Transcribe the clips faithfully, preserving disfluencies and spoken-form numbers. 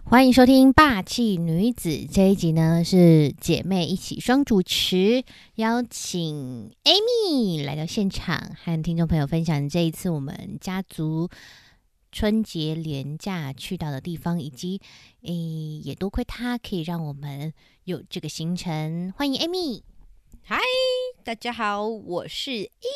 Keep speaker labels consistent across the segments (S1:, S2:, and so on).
S1: 欢迎收听霸气女子这一集呢，是姐妹一起双主持，邀请 Amy 来到现场，和听众朋友分享这一次我们家族春节连假去到的地方，以及诶也多亏她可以让我们有这个行程。欢迎 Amy。
S2: 嗨，大家好，我是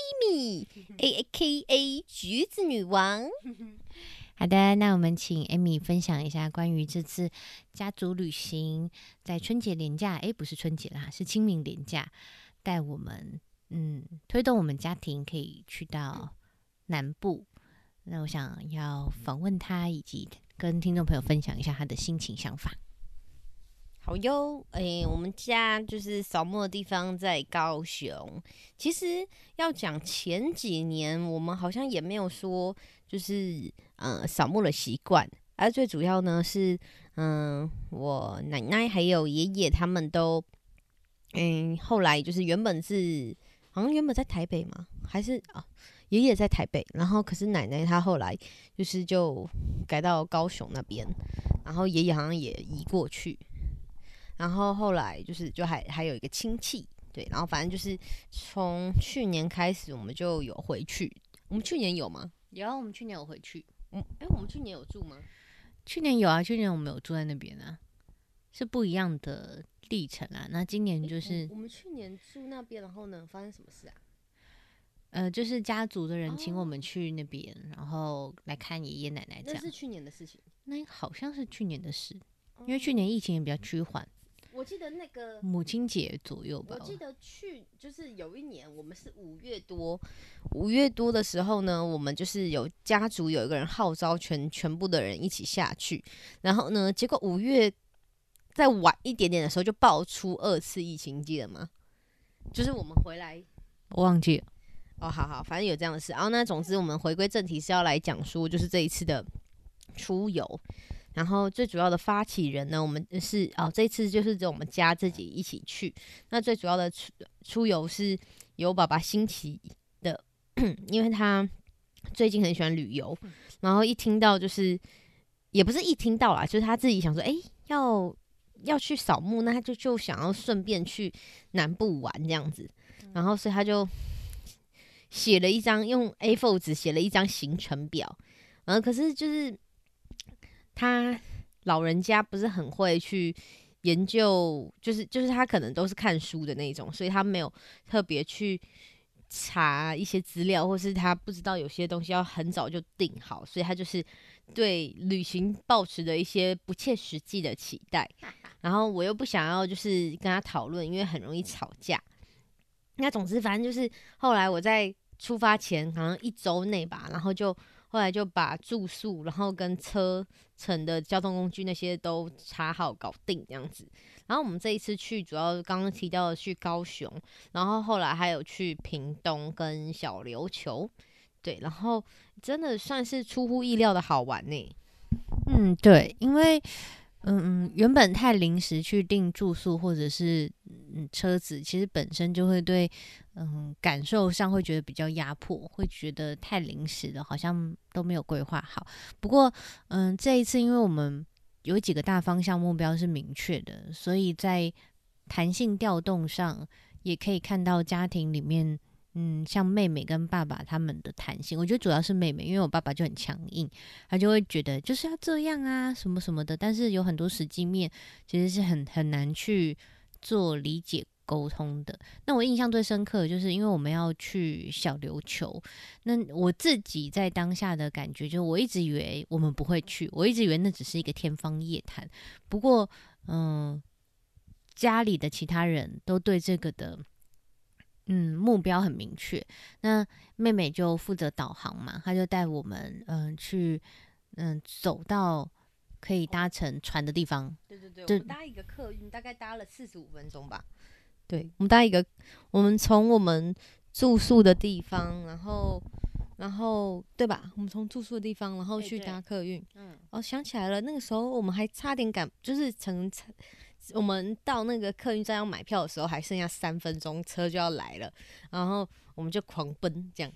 S2: Amy，A K A 橘子女王。
S1: 好的，那我们请 Amy 分享一下关于这次家族旅行，在春节连假，诶，不是春节啦，是清明连假，带我们嗯推动我们家庭可以去到南部。那我想要访问他，以及跟听众朋友分享一下他的心情想法。
S2: 好哟，诶，我们家就是扫墓的地方在高雄。其实要讲前几年，我们好像也没有说就是呃扫墓的习惯，而最主要呢是，嗯、呃，我奶奶还有爷爷他们都，嗯，后来就是原本是好像原本在台北嘛，还是啊爷爷在台北，然后可是奶奶她后来就是就改到高雄那边，然后爷爷好像也移过去。然后后来就是就还还有一个亲戚，对，然后反正就是从去年开始我们就有回去。我们去年有吗？
S1: 有，我们去年有回去。
S2: 嗯，哎，我们去年有住吗？
S1: 去年有啊，去年我们有住在那边啊，是不一样的历程啊。那今年就是
S2: 我们去年住那边，然后呢，发生什么事啊？
S1: 呃，就是家族的人请我们去那边，哦、然后来看爷爷奶奶这样。
S2: 那是去年的事情。
S1: 那好像是去年的事，因为去年疫情也比较趋缓。
S2: 我记得那个
S1: 母亲节左右吧。
S2: 我记得去就是有一年，我们是五月多，五月多的时候呢，我们就是有家族有一个人号召全全部的人一起下去，然后呢，结果五月再晚一点点的时候就爆出二次疫情，记得吗？就是我们回来，
S1: 我忘记了。
S2: 哦，好好，反正有这样的事。然后那总之我们回归正题是要来讲说，就是这一次的出游。然后最主要的发起人呢，我们是哦，这一次就是只有我们家自己一起去。那最主要的出出游是由爸爸兴起的，因为他最近很喜欢旅游，然后一听到就是也不是一听到啦，就是他自己想说，哎，要要去扫墓，那他就就想要顺便去南部玩这样子，然后所以他就写了一张用 A 四 纸写了一张行程表，然后可是就是。他老人家不是很会去研究，就是就是他可能都是看书的那种，所以他没有特别去查一些资料，或是他不知道有些东西要很早就定好，所以他就是对旅行抱持的一些不切实际的期待。然后我又不想要就是跟他讨论，因为很容易吵架。那总之反正就是后来我在出发前好像一周内吧，然后就。后来就把住宿，然后跟车程的交通工具那些都查好搞定这样子。然后我们这一次去，主要刚刚提到的去高雄，然后后来还有去屏东跟小琉球，对，然后真的算是出乎意料的好玩呢。
S1: 嗯，对，因为嗯原本太临时去订住宿或者是嗯车子，其实本身就会对嗯感受上会觉得比较压迫，会觉得太临时了，好像都没有规划好。不过嗯这一次因为我们有几个大方向目标是明确的，所以在弹性调动上也可以看到家庭里面嗯，像妹妹跟爸爸他们的弹性，我觉得主要是妹妹，因为我爸爸就很强硬，他就会觉得就是要这样啊，什么什么的。但是有很多实际面其实是很很难去做理解沟通的。那我印象最深刻的就是因为我们要去小琉球，那我自己在当下的感觉就是我一直以为我们不会去，我一直以为那只是一个天方夜谭。不过，嗯，家里的其他人都对这个的。嗯，目标很明确。那妹妹就负责导航嘛，她就带我们嗯、呃、去嗯、呃、走到可以搭乘船的地方。
S2: 对对对，我们搭一个客运，大概搭了四十五分钟吧。对，我们搭一个，我们从我们住宿的地方，然后然后对吧？我们从住宿的地方，然后去搭客运。嗯，哦，想起来了，那个时候我们还差点赶，就是曾。我们到那个客运站要买票的时候，还剩下三分钟，车就要来了，然后我们就狂奔这样，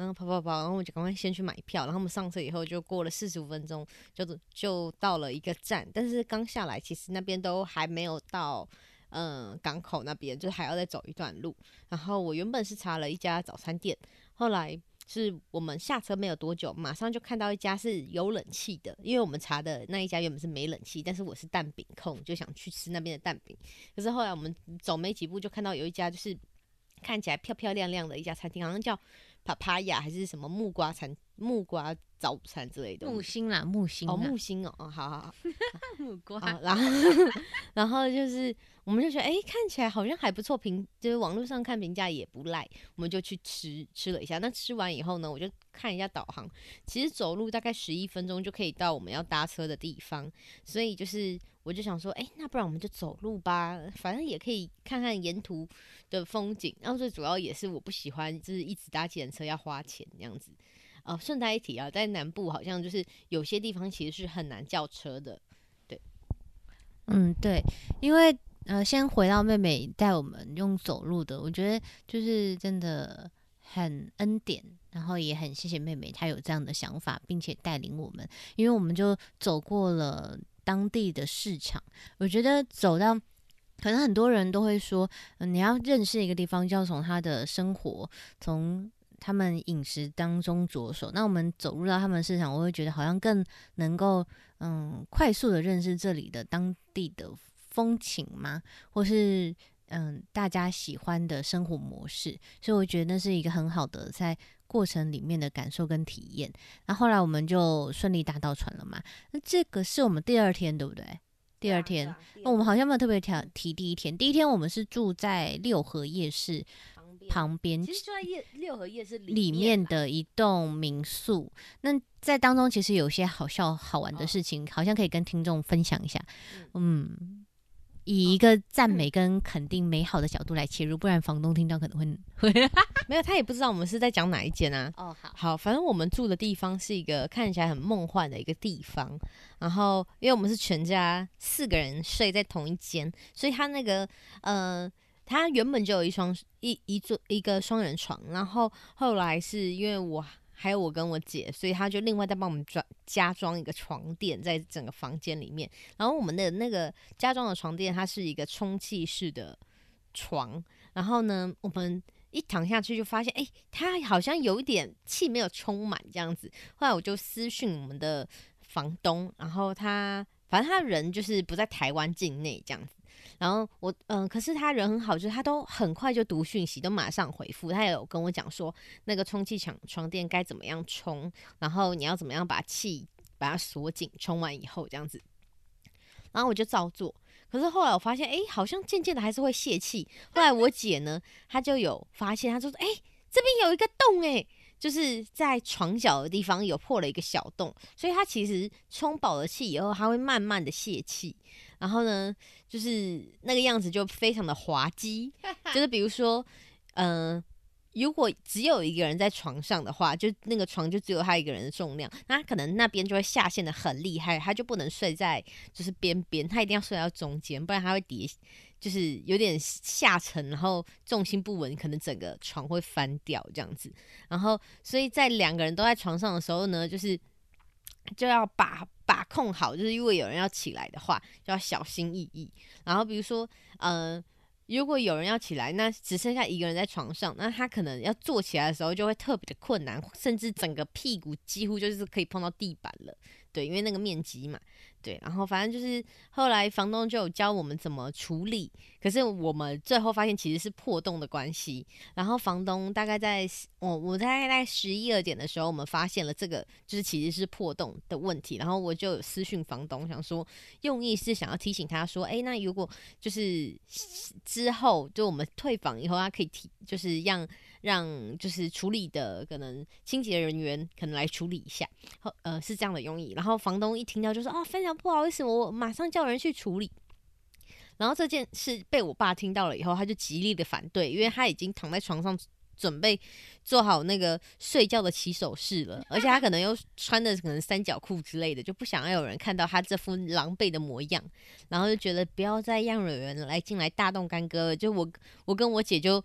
S2: 然后跑跑跑，然后我就赶快先去买票，然后我们上车以后就过了四十五分钟，就就到了一个站，但是刚下来其实那边都还没有到。嗯，港口那边就是还要再走一段路。然后我原本是查了一家早餐店，后来是我们下车没有多久，马上就看到一家是有冷气的，因为我们查的那一家原本是没冷气，但是我是蛋饼控，就想去吃那边的蛋饼。可是后来我们走没几步就看到有一家就是看起来漂漂亮亮的一家餐厅，好像叫帕帕亚还是什么木瓜餐木瓜早餐之类的。
S1: 木星啦，木星啦
S2: 哦，木星哦，哦，好好好，
S1: 木瓜、
S2: 啊，然后然后就是我们就觉得，哎、欸，看起来好像还不错，评就是网络上看评价也不赖，我们就去吃吃了一下。那吃完以后呢，我就看一下导航，其实走路大概十一分钟就可以到我们要搭车的地方，所以就是我就想说，哎、欸，那不然我们就走路吧，反正也可以看看沿途的风景。然后最主要也是我不喜欢就是一直搭计程车要花钱这样子。哦，顺带一提啊，在南部好像就是有些地方其实是很难叫车的，对，
S1: 嗯，对，因为呃，先回到妹妹带我们用走路的，我觉得就是真的很恩典，然后也很谢谢妹妹她有这样的想法，并且带领我们，因为我们就走过了当地的市场，我觉得走到。可能很多人都会说，嗯，你要认识一个地方，就要从他的生活，从他们饮食当中着手。那我们走入到他们的市场，我会觉得好像更能够，嗯，快速的认识这里的当地的风情嘛，或是嗯大家喜欢的生活模式。所以我觉得那是一个很好的在过程里面的感受跟体验。那后来我们就顺利搭到船了嘛。那这个是我们第二天，对不对？第二天，那、啊啊、我们好像没有特别提提第一天。第一天我们是住在六合夜市旁边，
S2: 其实就在夜六合夜市
S1: 里面的一栋民宿。那在当中其实有些好笑好玩的事情，哦、好像可以跟听众分享一下。嗯。嗯以一个赞美跟肯定美好的角度来切入，不然房东听到可能会会
S2: 没有，他也不知道我们是在讲哪一间啊。
S1: 哦，好，
S2: 好，反正我们住的地方是一个看起来很梦幻的一个地方。然后，因为我们是全家四个人睡在同一间，所以他那个呃，他原本就有一双一一座一个双人床，然后后来是因为我。还有我跟我姐，所以他就另外再帮我们装加装一个床垫在整个房间里面。然后我们的那个加装的床垫，它是一个充气式的床。然后呢，我们一躺下去就发现，哎、欸，它好像有一点气没有充满这样子。后来我就私讯我们的房东，然后他反正他人就是不在台湾境内这样子。然后我嗯，可是他人很好，就是他都很快就读讯息，都马上回复。他也有跟我讲说，那个充气床床垫该怎么样充，然后你要怎么样把气把它锁紧，充完以后这样子。然后我就照做，可是后来我发现，哎，好像渐渐的还是会泄气。后来我姐呢，她就有发现，她就说，哎，这边有一个洞，哎。就是在床角的地方有破了一个小洞，所以它其实充饱了气以后，它会慢慢的泄气，然后呢，就是那个样子就非常的滑稽，就是比如说，嗯、呃，如果只有一个人在床上的话，就那个床就只有他一个人的重量，那他可能那边就会下陷的很厉害，他就不能睡在就是边边，他一定要睡到中间，不然他会跌。就是有点下沉，然后重心不稳，可能整个床会翻掉这样子。然后，所以在两个人都在床上的时候呢，就是就要把把控好，就是如果有人要起来的话，就要小心翼翼。然后，比如说，呃，如果有人要起来，那只剩下一个人在床上，那他可能要坐起来的时候就会特别的困难，甚至整个屁股几乎就是可以碰到地板了。对，因为那个面积嘛。对，然后反正就是后来房东就有教我们怎么处理，可是我们最后发现其实是破洞的关系。然后房东大概在我我大概在十一二点的时候，我们发现了这个就是其实是破洞的问题。然后我就有私讯房东，想说用意是想要提醒他说，哎，那如果就是之后就我们退房以后，他可以提就是让让就是处理的可能清洁人员可能来处理一下，呃是这样的用意。然后房东一听到就说哦非常不好意思，我马上叫人去处理。然后这件事被我爸听到了以后，他就极力的反对，因为他已经躺在床上准备做好那个睡觉的起手式了，而且他可能又穿的可能三角裤之类的，就不想要有人看到他这副狼狈的模样，然后就觉得不要再让有人来进来大动干戈了。就我我跟我姐就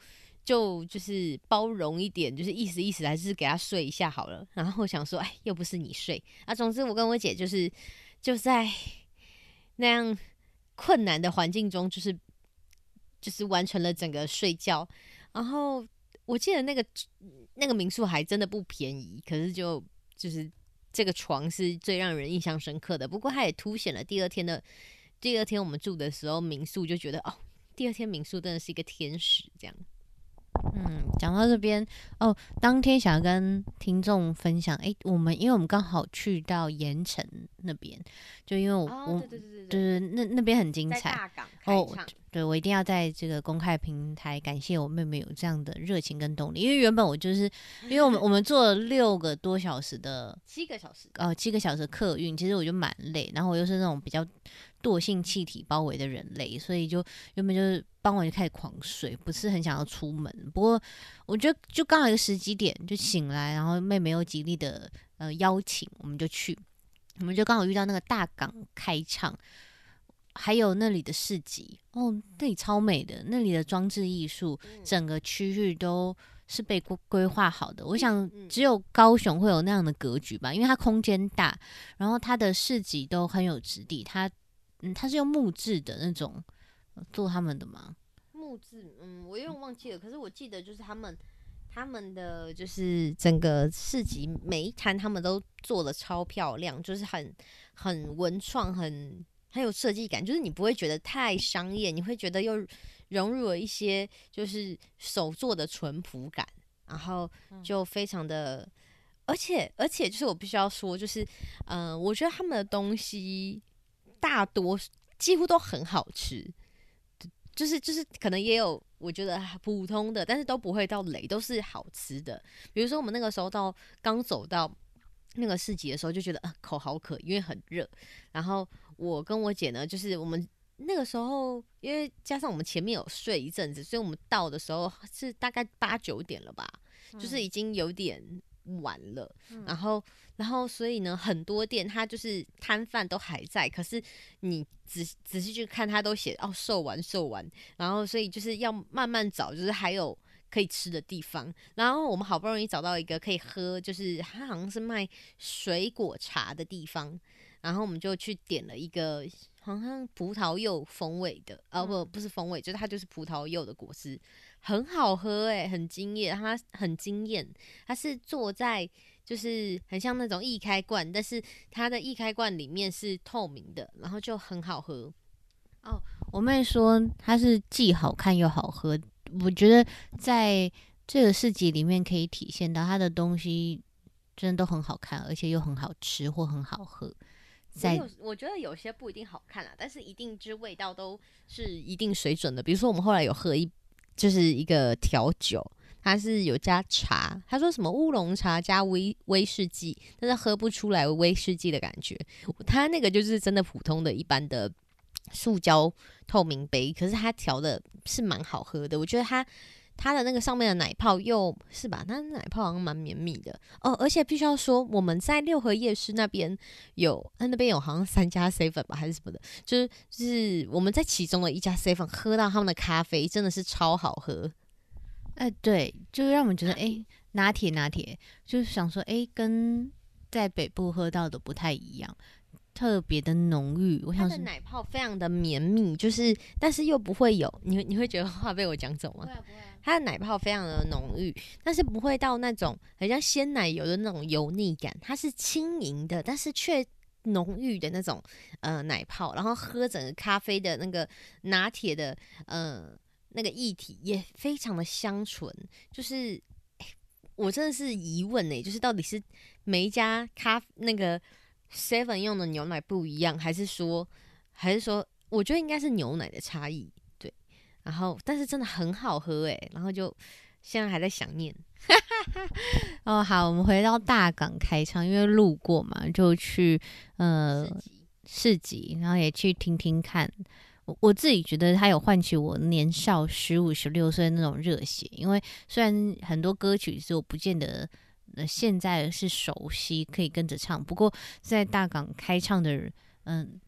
S2: 就就是包容一点，就是意思意思，还是给他睡一下好了。然后我想说，哎，又不是你睡啊。总之，我跟我姐就是就在那样困难的环境中，就是就是完成了整个睡觉。然后我记得那个那个民宿还真的不便宜，可是就就是这个床是最让人印象深刻的。不过它也凸显了第二天的第二天我们住的时候，民宿就觉得哦，第二天民宿真的是一个天使这样。
S1: 嗯，讲到这边哦，当天想要跟听众分享，哎，我们因为我们刚好去到盐城那边，就因为我、
S2: 哦、
S1: 我
S2: 对对对对
S1: 对那那边很精彩，
S2: 在大港开
S1: 哦，
S2: 唱，
S1: 对我一定要在这个公开平台感谢我妹妹有这样的热情跟动力，因为原本我就是因为我们我们做了六个多小时的
S2: 七个小时，
S1: 呃七个小时的客运，其实我就蛮累，然后我又是那种比较惰性气体包围的人类，所以就原本就是傍晚就开始狂睡，不是很想要出门。不过我觉得就刚好一个时机点就醒来，然后妹妹又极力的呃邀请，我们就去，我们就刚好遇到那个大港开唱。还有那里的市集哦，那里超美的，那里的装置艺术，
S2: 嗯、
S1: 整个区域都是被规划好的。我想
S2: 嗯
S1: 只有高雄会有那样的格局吧，因为它空间大，然后它的市集都很有质地。它嗯，它是用木质的那种做他们的吗？
S2: 木质，嗯，我有点忘记了，可是我记得就是他们他们的就是整个市集每一摊他们都做的超漂亮，就是很很文创，很很有设计感，就是你不会觉得太商业，你会觉得又融入了一些就是手做的淳朴感，然后就非常的，而且而且就是我必须要说，就是嗯、呃，我觉得他们的东西大多几乎都很好吃。就是就是可能也有我觉得普通的，但是都不会到雷，都是好吃的。比如说我们那个时候到刚走到那个市集的时候，就觉得、呃、口好渴，因为很热。然后我跟我姐呢，就是我们那个时候，因为加上我们前面有睡一阵子，所以我们到的时候是大概八九点了吧，嗯、就是已经有点晚了。嗯、然后然后所以呢，很多店它就是摊贩都还在，可是你仔仔细去看，它都写哦售完售完，然后所以就是要慢慢找，就是还有可以吃的地方。然后我们好不容易找到一个可以喝，就是它好像是卖水果茶的地方，然后我们就去点了一个好像葡萄柚风味的，呃、嗯、不不是风味，就是它就是葡萄柚的果汁，很好喝哎、欸，很惊艳，它很惊艳，它是坐在。就是很像那种易开罐，但是它的易开罐里面是透明的，然后就很好喝。
S1: 哦，我妹说它是既好看又好喝，我觉得在这个市集里面可以体现到它的东西真的都很好看，而且又很好吃或很好喝。
S2: 在我, 我觉得有些不一定好看啦，但是一定就是味道都是一定水准的。比如说我们后来有喝一就是一个调酒。它是有加茶，他说什么乌龙茶加威威士忌，但是喝不出来威士忌的感觉。他那个就是真的普通的一般的塑胶透明杯，可是它调的是蛮好喝的。我觉得它它的那个上面的奶泡又是吧，它奶泡好像蛮绵密的哦。而且必须要说，我们在六合夜市那边有，那边有好像三家 seven 吧，还是什么的，就是就是我们在其中的一家 seven 喝到他们的咖啡，真的是超好喝。
S1: 哎、呃，对，就是让我们觉得，哎，拿铁拿铁，就是想说，哎，跟在北部喝到的不太一样，特别的浓郁。我想
S2: 它的奶泡非常的绵密，就是但是又不会有，你你会觉得话被我讲走吗？
S1: 不会啊，不会啊。
S2: 它的奶泡非常的浓郁，但是不会到那种很像鲜奶油的那种油腻感，它是轻盈的，但是却浓郁的那种呃奶泡，然后喝整个咖啡的那个拿铁的呃。那个液体也非常的香醇，就是、欸、我真的是疑问呢、欸，就是到底是每一家咖那个 seven 用的牛奶不一样，还是说还是说，我觉得应该是牛奶的差异，对。然后但是真的很好喝哎、欸，然后就现在还在想念。
S1: 哦，好，我们回到大港开唱，因为路过嘛，就去呃市集，然后也去听听看。我我自己觉得它有唤起我年少十五、十六岁那种热血，因为虽然很多歌曲是我不见得呃现在是熟悉可以跟着唱，不过在大港开唱的人，嗯，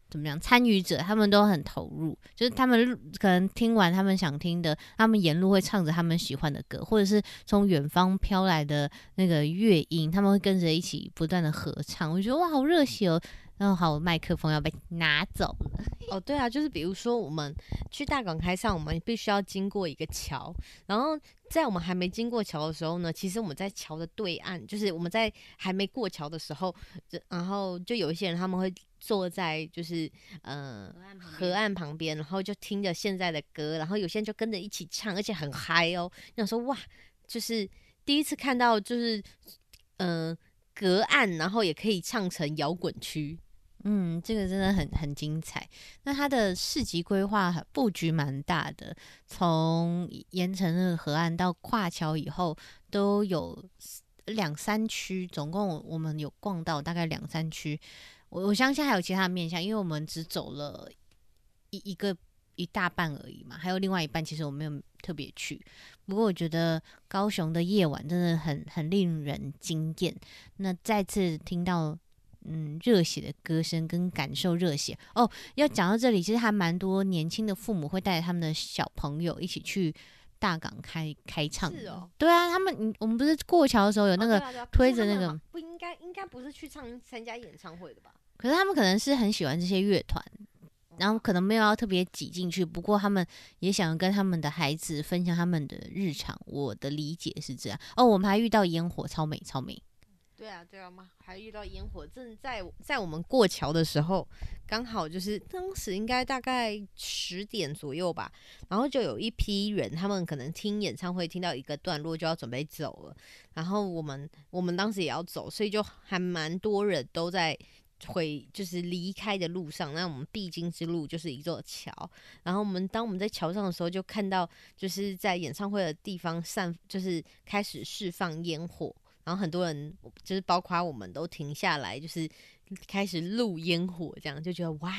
S1: 怎么样参与者，他们都很投入，就是他们可能听完他们想听的，他们沿路会唱着他们喜欢的歌，或者是从远方飘来的那个乐音，他们会跟着一起不断的合唱。我觉得哇，好热血哦！然后好，麦克风要被拿走了。
S2: 哦，对啊，就是比如说我们去大港开唱，我们必须要经过一个桥，然后在我们还没经过桥的时候呢，其实我们在桥的对岸，就是我们在还没过桥的时候，然后就有一些人他们会坐在就是呃河岸旁边，然后就听着现在的歌，然后有些人就跟着一起唱，而且很嗨哦。想说哇，就是第一次看到就是呃隔岸，然后也可以唱成摇滚区。
S1: 嗯，这个真的很很精彩。那它的市集规划布局蛮大的，从盐城那个河岸到跨桥以后，都有两三区，总共我们有逛到大概两三区。我我相信还有其他的面向，因为我们只走了一一个一大半而已嘛，还有另外一半其实我没有特别去。不过我觉得高雄的夜晚真的很很令人惊艳。那再次听到。嗯，热血的歌声跟感受热血哦。要讲到这里，其实还蛮多年轻的父母会带着他们的小朋友一起去大港开开唱。
S2: 是哦，
S1: 对啊，他们我们不是过桥的时候有那个推着那个，
S2: 哦啊啊、不应该应该不是去唱参加演唱会的吧？
S1: 可是他们可能是很喜欢这些乐团，然后可能没有要特别挤进去，不过他们也想跟他们的孩子分享他们的日常。我的理解是这样哦。我们还遇到烟火，超美超美。
S2: 对啊，对啊嘛，还遇到烟火，正在在我们过桥的时候，刚好就是当时应该大概十点左右吧，然后就有一批人，他们可能听演唱会听到一个段落就要准备走了，然后我们我们当时也要走，所以就还蛮多人都在回就是离开的路上。那我们必经之路就是一座桥，然后我们当我们在桥上的时候，就看到就是在演唱会的地方散，就是开始释放烟火。然后很多人就是包括我们都停下来，就是开始录烟火，这样就觉得哇，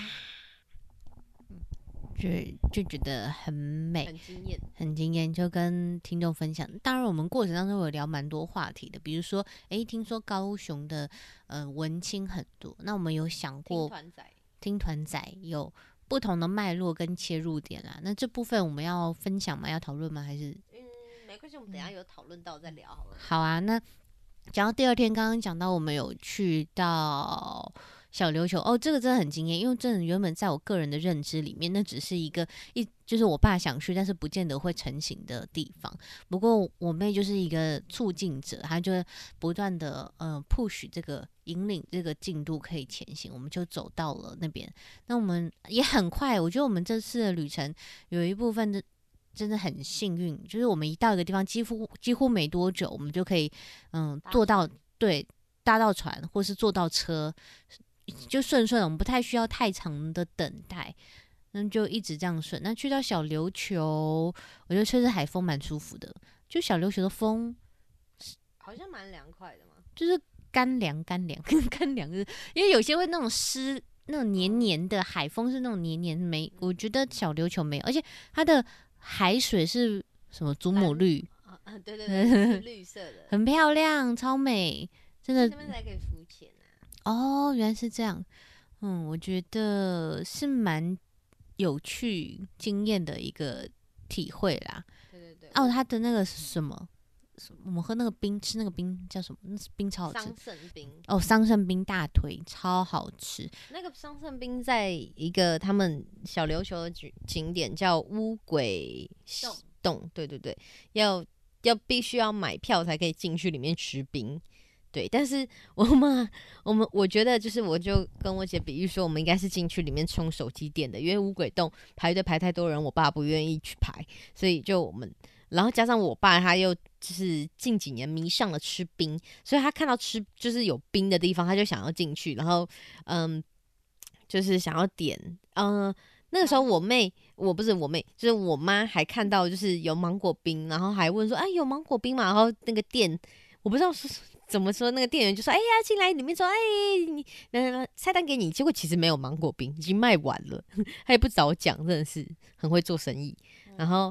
S1: 就就觉得很美，
S2: 很惊艳，
S1: 很惊艳，就跟听众分享。当然，我们过程当中有聊蛮多话题的，比如说，哎，听说高雄的呃文青很多，那我们有想过
S2: 听团仔，
S1: 听团仔有不同的脉络跟切入点啦。那这部分我们要分享吗？要讨论吗？还是
S2: 嗯，没关系，我们等一下有讨论到再聊好了。
S1: 好啊，那。讲到第二天，刚刚讲到我们有去到小琉球哦，这个真的很惊艳，因为真的原本在我个人的认知里面，那只是一个一就是我爸想去，但是不见得会成行的地方。不过我妹就是一个促进者，她就不断的呃 push 这个引领这个进度可以前行，我们就走到了那边。那我们也很快，我觉得我们这次的旅程有一部分的。真的很幸运，就是我们一到一个地方，几乎几乎没多久，我们就可以嗯坐到对搭到船，或是坐到车，就顺顺，我们不太需要太长的等待，那就一直这样顺。那去到小琉球，我觉得吹着海风蛮舒服的，就小琉球的风
S2: 好像蛮凉快的嘛，
S1: 就是干凉干凉干凉，因为有些会那种湿。那种黏黏的海风是那种黏黏没，我觉得小琉球没有，而且它的海水是什么祖母绿？
S2: 啊，对对对，是绿色的，
S1: 很漂亮，超美，真的。
S2: 那边才可以浮潜啊。
S1: 哦，原来是这样。嗯，我觉得是蛮有趣、惊艳的一个体会啦。
S2: 对对对。
S1: 哦，它的那个是什么？我们喝那个冰，吃那个冰叫什么？那是冰超好吃。
S2: 桑葚冰。
S1: 哦，桑葚冰大腿超好吃。
S2: 那个桑葚冰在一个他们小琉球的景点叫乌鬼洞，对对对，要要必须要买票才可以进去里面吃冰。对，但是我们我们我觉得就是我就跟我姐比喻说，我们应该是进去里面充手机店的，因为乌鬼洞排队排太多人，我爸不愿意去排，所以就我们。然后加上我爸他又就是近几年迷上了吃冰，所以他看到吃就是有冰的地方他就想要进去，然后嗯就是想要点嗯那个时候我妹我不是我妹就是我妈还看到就是有芒果冰，然后还问说哎有芒果冰吗？然后那个店我不知道是怎么说，那个店员就说哎呀进来里面说哎你呃菜单给你，结果其实没有芒果冰，已经卖完了他也不早讲，真的是很会做生意。然后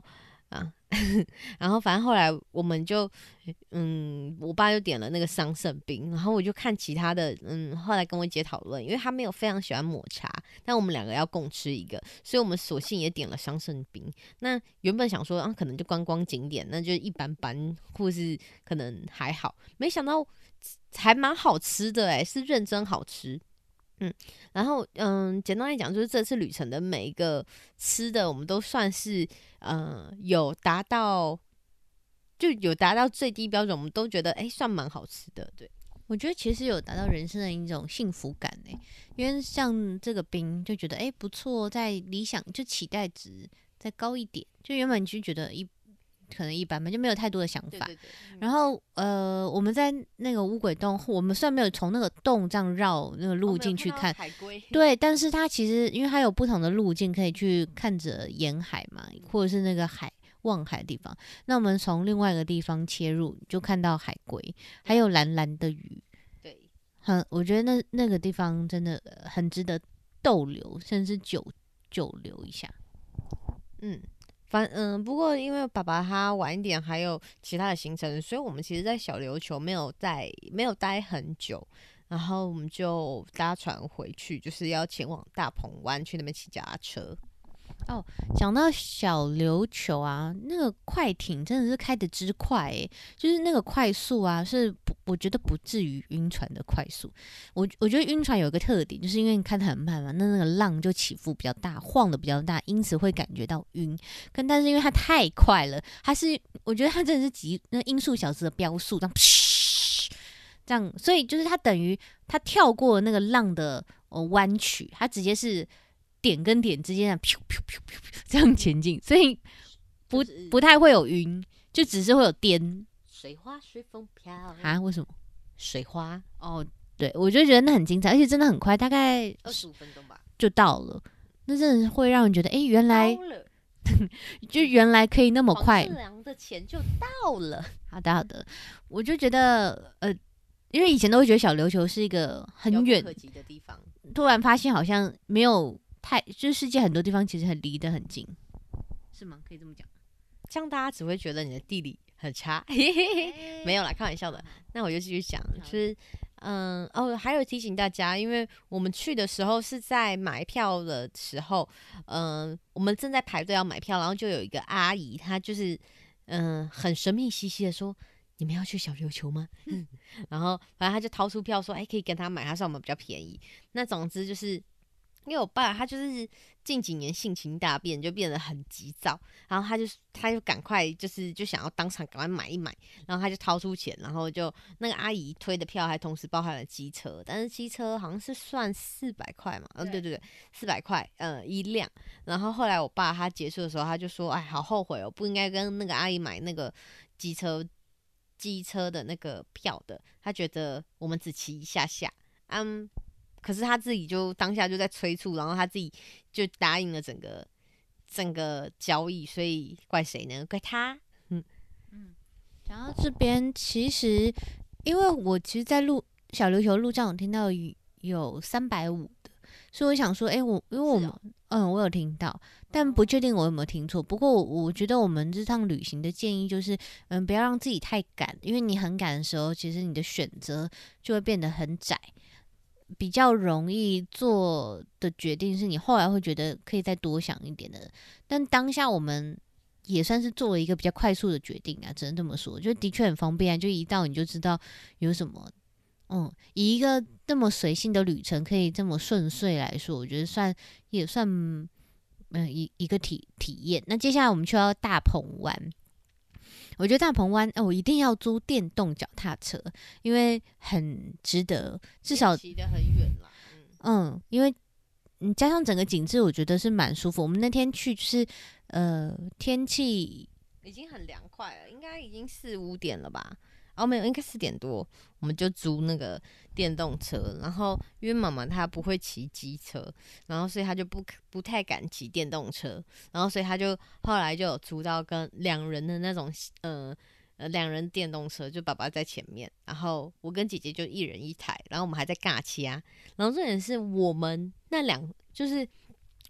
S2: 啊。然后反正后来我们就，嗯，我爸就点了那个桑葚冰，然后我就看其他的，嗯，后来跟我姐讨论，因为她没有非常喜欢抹茶，但我们两个要共吃一个，所以我们索性也点了桑葚冰。那原本想说啊，可能就观光景点，那就一般般，或是可能还好，没想到还蛮好吃的哎，是认真好吃。嗯，然后嗯，简单来讲，就是这次旅程的每一个吃的，我们都算是呃有达到，就有达到最低标准，我们都觉得哎、欸算蛮好吃的。对，
S1: 我觉得其实有达到人生的一种幸福感呢，因为像这个冰就觉得哎、欸不错，在理想就期待值再高一点，就原本就觉得一可能一般般，就没有太多的想法。
S2: 对对对。嗯、
S1: 然后呃，我们在那个乌鬼洞，我们虽然没有从那个洞这样绕那个路径去看，
S2: 哦、看海龟，
S1: 对，但是它其实因为它有不同的路径可以去看着沿海嘛，或者是那个海望海的地方。那我们从另外一个地方切入，就看到海龟，还有蓝蓝的鱼。
S2: 对，
S1: 很，我觉得那那个地方真的很值得逗留，甚至久久留一下。
S2: 嗯。反嗯，不过因为爸爸他晚一点还有其他的行程，所以我们其实，在小琉球没有在没有待很久，然后我们就搭船回去，就是要前往大鹏湾去那边骑脚踏车。
S1: 哦，讲到小琉球啊，那个快艇真的是开得之快诶，就是那个快速啊，是不我觉得不至于晕船的快速。我我觉得晕船有一个特点，就是因为你开得很慢嘛，那那个浪就起伏比较大，晃得比较大，因此会感觉到晕。跟但是因为它太快了，它是我觉得它真的是极那音速小时的标速，这样噗这样，所以就是它等于它跳过那个浪的呃弯曲，它直接是。点跟点之间的噗噗噗噗噗这样前进，所以不、就是、不太会有晕，就只是会有颠。
S2: 水花随风飘
S1: 啊？为什么？
S2: 水花
S1: 哦，对，我就觉得那很精彩，而且真的很快，大概
S2: 二十五分钟吧
S1: 就到了。那真的会让人觉得，哎、欸，原来就原来可以那么快，
S2: 黄志的钱就到了。
S1: 好的好的，我就觉得呃，因为以前都会觉得小琉球是一个很远
S2: 可及的地方，
S1: 突然发现好像没有。太就是世界很多地方其实很离得很近，是吗？可以这么讲，
S2: 这样大家只会觉得你的地理很差，嘿嘿嘿，没有啦，开玩笑的。那我就继续讲，就是嗯哦，还有提醒大家，因为我们去的时候是在买票的时候，嗯，我们正在排队要买票，然后就有一个阿姨，她就是嗯很神秘兮兮的说：“你们要去小琉球吗？”然后反正她就掏出票说：“哎、欸，可以跟她买，她算我们比较便宜。”那总之就是。因为我爸他就是近几年性情大变，就变得很急躁，然后他就他就赶快就是就想要当场赶快买一买，然后他就掏出钱，然后就那个阿姨推的票还同时包含了机车，但是机车好像是算四百块嘛，嗯、哦，对对对，四百块呃一辆。然后后来我爸他结束的时候，他就说：“哎，好后悔哦，不应该跟那个阿姨买那个机车机车的那个票的，他觉得我们只骑一下下，嗯。”可是他自己就当下就在催促，然后他自己就答应了整个整个交易，所以怪谁呢？怪他。嗯
S1: 嗯，讲到这边，其实因为我其实，在路小琉球路上，我听到有三百五的，所以我想说，哎、欸，我因为我们、哦、嗯，我有听到，但不确定我有没有听错。不过我我觉得我们这趟旅行的建议就是，嗯，不要让自己太赶，因为你很赶的时候，其实你的选择就会变得很窄。比较容易做的决定是你后来会觉得可以再多想一点的，但当下我们也算是做了一个比较快速的决定啊，只能这么说，就的确很方便啊，就一到你就知道有什么，嗯，以一个这么随性的旅程可以这么顺遂来说，我觉得算也算嗯一一个体体验。那接下来我们去到大鹏湾。我觉得大鹏湾，哦，我一定要租电动脚踏车，因为很值得，至少
S2: 骑得很远啦。
S1: 嗯，嗯，因为嗯加上整个景致，我觉得是蛮舒服。我们那天去就是呃天气
S2: 已经很凉快了，应该已经四五点了吧？哦，没有，应该四点多，我们就租那个电动车。然后因为妈妈她不会骑机车，然后所以她就不不太敢骑电动车，然后所以她就后来就有租到跟两人的那种呃呃两人电动车，就爸爸在前面，然后我跟姐姐就一人一台，然后我们还在尬骑啊。然后重点是我们那两就是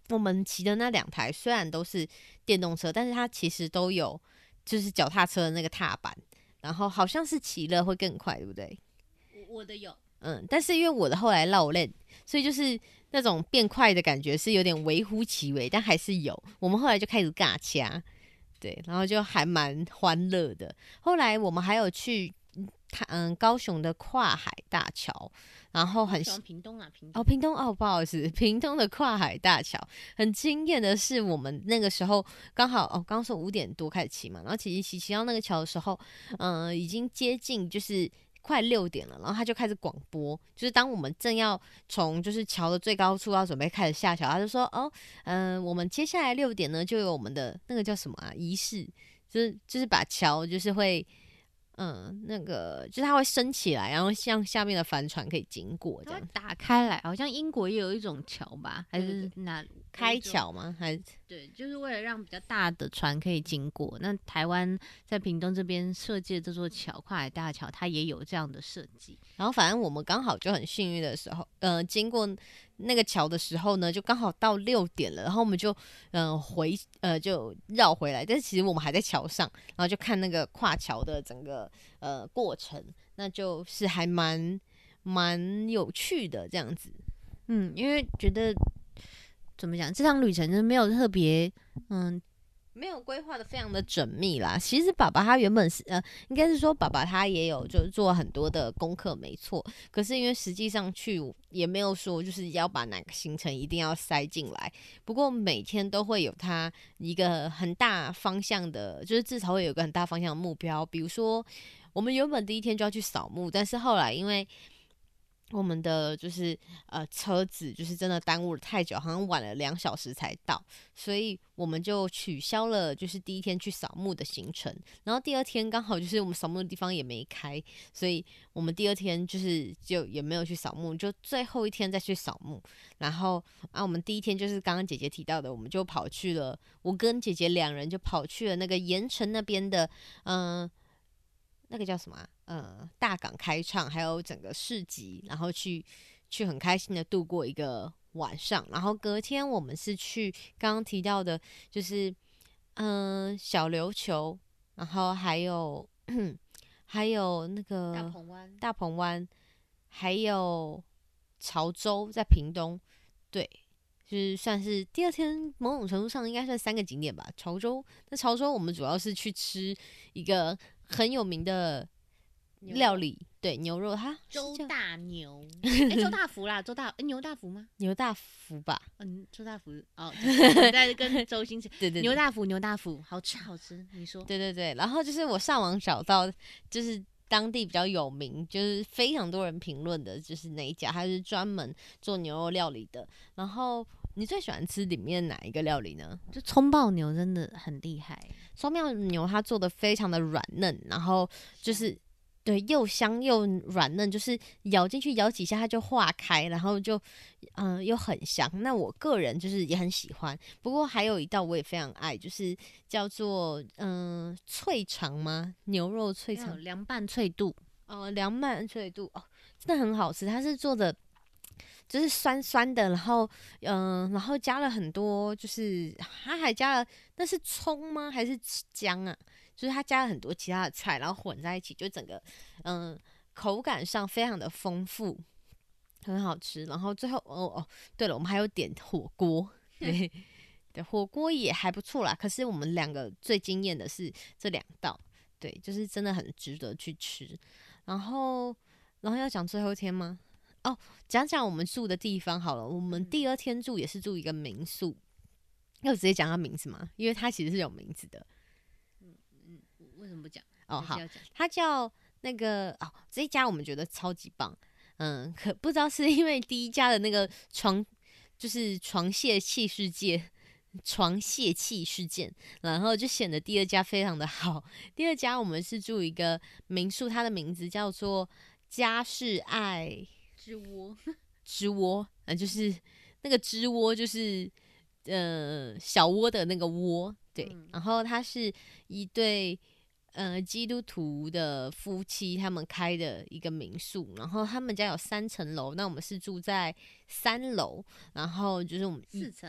S2: 我们骑的那两台虽然都是电动车，但是它其实都有就是脚踏车的那个踏板，然后好像是骑了会更快，对不对？
S1: 我的有，
S2: 嗯，但是因为我的后来绕链，所以就是那种变快的感觉是有点微乎其微，但还是有。我们后来就开始尬掐，对，然后就还蛮欢乐的。后来我们还有去嗯高雄的跨海大桥，然后很
S1: 喜欢屏东啊，屏东
S2: 哦屏东哦不好意思，屏东的跨海大桥很惊艳的是，我们那个时候刚好哦刚说五点多开始骑嘛，然后骑骑骑骑到那个桥的时候，嗯、呃、已经接近就是快六点了，然后他就开始广播，就是当我们正要从就是桥的最高处要准备开始下桥，他就说哦嗯、呃、我们接下来六点呢就有我们的那个叫什么啊仪式，就是就是把桥就是会。嗯，那个就是它会升起来，然后像下面的帆船可以经过这样。
S1: 打开来，好像英国也有一种桥吧，还是哪
S2: 开桥吗？还是
S1: 对，就是为了让比较大的船可以经过。那台湾在屏东这边设计的这座桥——跨海大桥，它也有这样的设计。
S2: 然后反正我们刚好就很幸运的时候，呃，经过那个桥的时候呢，就刚好到六点了，然后我们就嗯、呃、回呃就绕回来，但是其实我们还在桥上，然后就看那个跨桥的整个呃过程，那就是还蛮蛮有趣的这样子。
S1: 嗯，因为觉得怎么讲，这趟旅程就没有特别嗯。
S2: 没有规划的非常的缜密啦。其实爸爸他原本是呃，应该是说爸爸他也有就是做很多的功课，没错。可是因为实际上去也没有说就是要把哪个行程一定要塞进来。不过每天都会有他一个很大方向的，就是至少会有一个很大方向的目标。比如说我们原本第一天就要去扫墓，但是后来因为我们的就是呃车子就是真的耽误了太久，好像晚了两小时才到，所以我们就取消了就是第一天去扫墓的行程。然后第二天刚好就是我们扫墓的地方也没开，所以我们第二天就是就也没有去扫墓，就最后一天再去扫墓。然后啊，我们第一天就是刚刚姐姐提到的，我们就跑去了，我跟姐姐两人就跑去了那个盐城那边的，嗯、呃。那个叫什么、啊？呃，大港开唱，还有整个市集，然后去去很开心的度过一个晚上。然后隔天我们是去刚刚提到的，就是嗯、呃、小琉球，然后还有还有那个
S1: 大鹏湾，
S2: 大鹏湾，还有潮州在屏东，对。就是算是第二天，某种程度上应该算三个景点吧。潮州，那潮州我们主要是去吃一个很有名的料理，对牛肉，它
S1: 周大牛，哎、欸，周大福啦，周大，欸、牛大福吗？
S2: 牛大福吧，
S1: 嗯，周大福哦，你在跟周星驰，
S2: 对对对，
S1: 牛大福，牛大福，好吃好吃，你说，
S2: 对对对，然后就是我上网找到，就是当地比较有名，就是非常多人评论的，就是那一家，它是专门做牛肉料理的。然后你最喜欢吃里面哪一个料理呢？
S1: 就葱爆牛真的很厉害，
S2: 葱爆牛它做的非常的软嫩，然后就是对又香又软嫩，就是咬进去咬几下它就化开，然后就嗯、呃、又很香。那我个人就是也很喜欢，不过还有一道我也非常爱，就是叫做嗯、呃、脆肠吗？牛肉脆肠，
S1: 凉拌脆肚，
S2: 呃凉拌脆肚哦，真的很好吃，它是做的。就是酸酸的，然后嗯、呃，然后加了很多，就是它还加了，那是葱吗？还是姜啊？就是它加了很多其他的菜，然后混在一起，就整个嗯、呃、口感上非常的丰富，很好吃。然后最后哦哦，对了，我们还有点火锅，对对，火锅也还不错啦。可是我们两个最惊艳的是这两道，对，就是真的很值得去吃。然后然后要讲最后一天吗？哦，讲讲我们住的地方好了。我们第二天住也是住一个民宿，要直接讲它名字吗？因为它其实是有名字的。
S1: 嗯嗯，为什么不讲？
S2: 哦，好，它叫那个哦，这一家我们觉得超级棒。嗯，可不知道是因为第一家的那个床就是床泄气事件，床泄气事件，然后就显得第二家非常的好。第二家我们是住一个民宿，它的名字叫做家是爱。
S1: 织窝，
S2: 织窝，呃，就是那个织窝，就是呃小窝的那个窝，对。嗯、然后它是一对呃基督徒的夫妻他们开的一个民宿，然后他们家有三层楼，那我们是住在三楼，然后就是我们
S1: 四层啦，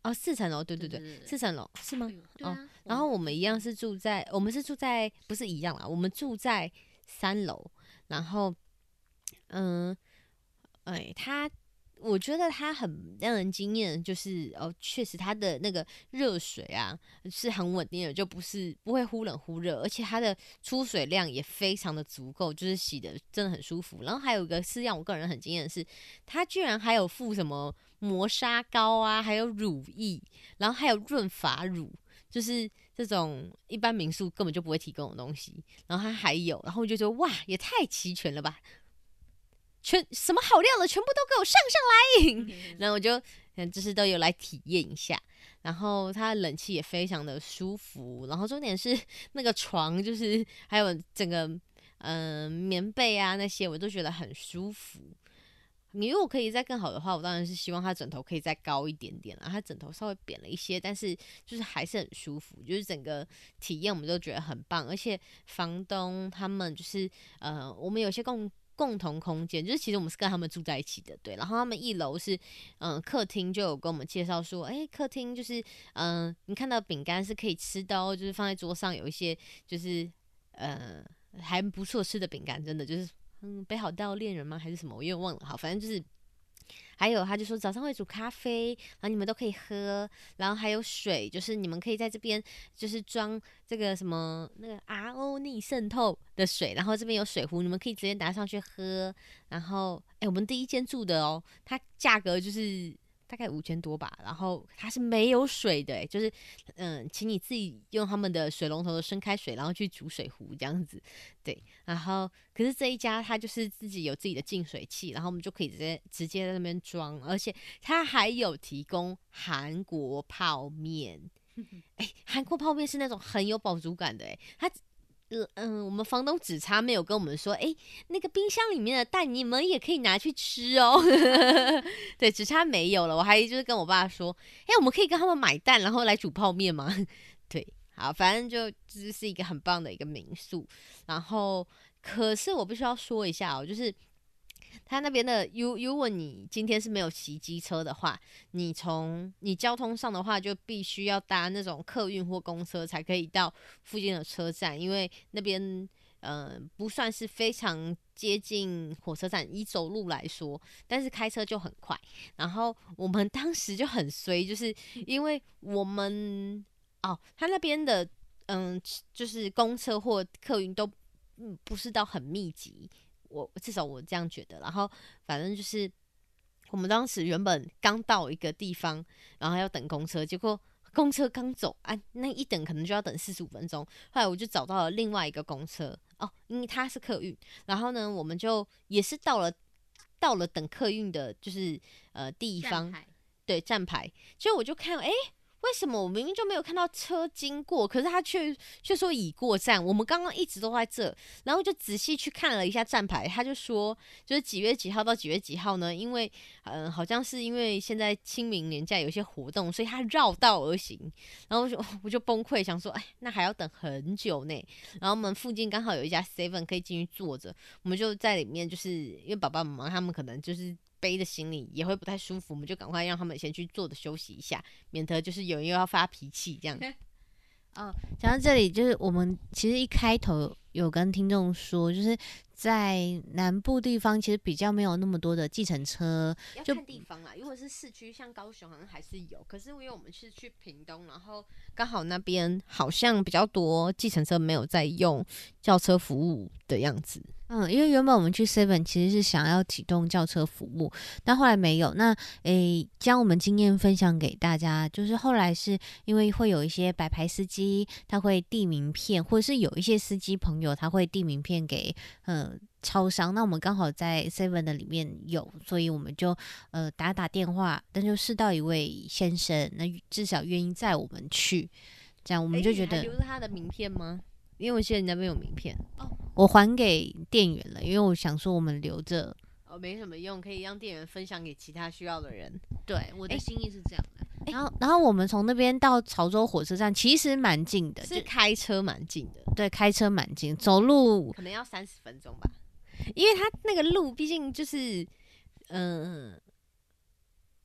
S2: 哦，四层楼，对对对，
S1: 对对对
S2: 四层楼是吗？
S1: 对啊，
S2: 哦，然后我们一样是住在，我们是住在不是一样啦，我们住在三楼，然后嗯，哎，他。我觉得它很让人惊艳，就是哦，确实它的那个热水啊是很稳定的，就不是不会忽冷忽热，而且它的出水量也非常的足够，就是洗的真的很舒服。然后还有一个是让我个人很惊艳的是，它居然还有附什么磨砂膏啊，还有乳液，然后还有润发乳，就是这种一般民宿根本就不会提供的东西，然后它还有，然后我就觉得哇，也太齐全了吧！全什么好料的，全部都给我上上来。然后我就嗯，就是都有来体验一下。然后它的冷气也非常的舒服，然后重点是那个床，就是还有整个嗯、呃、棉被啊那些，我都觉得很舒服。你如果可以再更好的话，我当然是希望它枕头可以再高一点点啦。它枕头稍微扁了一些，但是就是还是很舒服，就是整个体验我们都觉得很棒。而且房东他们就是呃，我们有些共共同空间，就是其实我们是跟他们住在一起的，对。然后他们一楼是嗯、呃、客厅，就有跟我们介绍说，哎、欸，客厅就是嗯、呃，你看到饼干是可以吃的哦，就是放在桌上有一些就是呃还不错吃的饼干，真的就是。嗯，北海道恋人吗？还是什么？我有点忘了。好，反正就是，还有他就说早上会煮咖啡，然后你们都可以喝，然后还有水，就是你们可以在这边就是装这个什么那个 R O 逆渗透的水，然后这边有水壶，你们可以直接拿上去喝。然后，哎，我们第一间住的哦，它价格就是大概五千多吧，然后它是没有水的，就是嗯，请你自己用他们的水龙头的生开水，然后去煮水壶这样子，对。然后可是这一家它就是自己有自己的净水器，然后我们就可以直接直接在那边装，而且它还有提供韩国泡面。哎，韩国泡面是那种很有饱足感的，哎，它。嗯、呃，我们房东只差没有跟我们说，哎，那个冰箱里面的蛋你们也可以拿去吃哦。对，只差没有了。我还就是跟我爸说，哎，我们可以跟他们买蛋，然后来煮泡面吗？对，好，反正就这是一个很棒的一个民宿。然后，可是我必须要说一下哦，就是他那边的，如如果你今天是没有骑机车的话，你从你交通上的话，就必须要搭那种客运或公车才可以到附近的车站，因为那边呃不算是非常接近火车站，以走路来说，但是开车就很快。然后我们当时就很衰，就是因为我们哦，他那边的嗯，就是公车或客运都嗯不是到很密集。我至少我这样觉得，然后反正就是我们当时原本刚到一个地方，然后要等公车，结果公车刚走啊，那一等可能就要等四十五分钟。后来我就找到了另外一个公车哦，因为它是客运，然后呢，我们就也是到了到了等客运的，就是呃地方，对站牌，结果我就看哎。欸为什么我明明就没有看到车经过，可是他却却说已过站？我们刚刚一直都在这，然后就仔细去看了一下站牌，他就说就是几月几号到几月几号呢？因为嗯、呃，好像是因为现在清明年假有一些活动，所以他绕道而行。然后我就我就崩溃，想说哎，那还要等很久呢。然后我们附近刚好有一家 seven 可以进去坐着，我们就在里面，就是因为爸爸妈妈他们可能就是。背的行李也会不太舒服，我们就赶快让他们先去坐着休息一下，免得就是有人又要发脾气这样。
S1: 哦，讲到这里，就是我们其实一开头有跟听众说，就是在南部地方其实比较没有那么多的计程车，
S2: 要看地方啦。如果是市区，像高雄好像还是有，可是因为我们是去屏东，然后刚好那边好像比较多计程车没有在用轿车服务的样子。
S1: 嗯，因为原本我们去 Seven 其实是想要启动轿车服务，但后来没有。那诶，将我们经验分享给大家，就是后来是因为会有一些白牌司机，他会递名片，或者是有一些司机朋友他会递名片给呃超商。那我们刚好在 Seven 的里面有，所以我们就呃打打电话，但就试到一位先生，那至少愿意载我们去，这样我们就觉得。
S2: 欸、你还留着他的名片吗？因为我记得你那边有名片
S1: 哦，我还给店员了，因为我想说我们留着
S2: 哦没什么用，可以让店员分享给其他需要的人。
S1: 对，我的心意是这样的。欸、然后，然后我们从那边到潮州火车站其实蛮近的，
S2: 是开车蛮近的。
S1: 对，开车蛮近，走路
S2: 可能要三十分钟吧，因为它那个路毕竟就是，嗯、呃。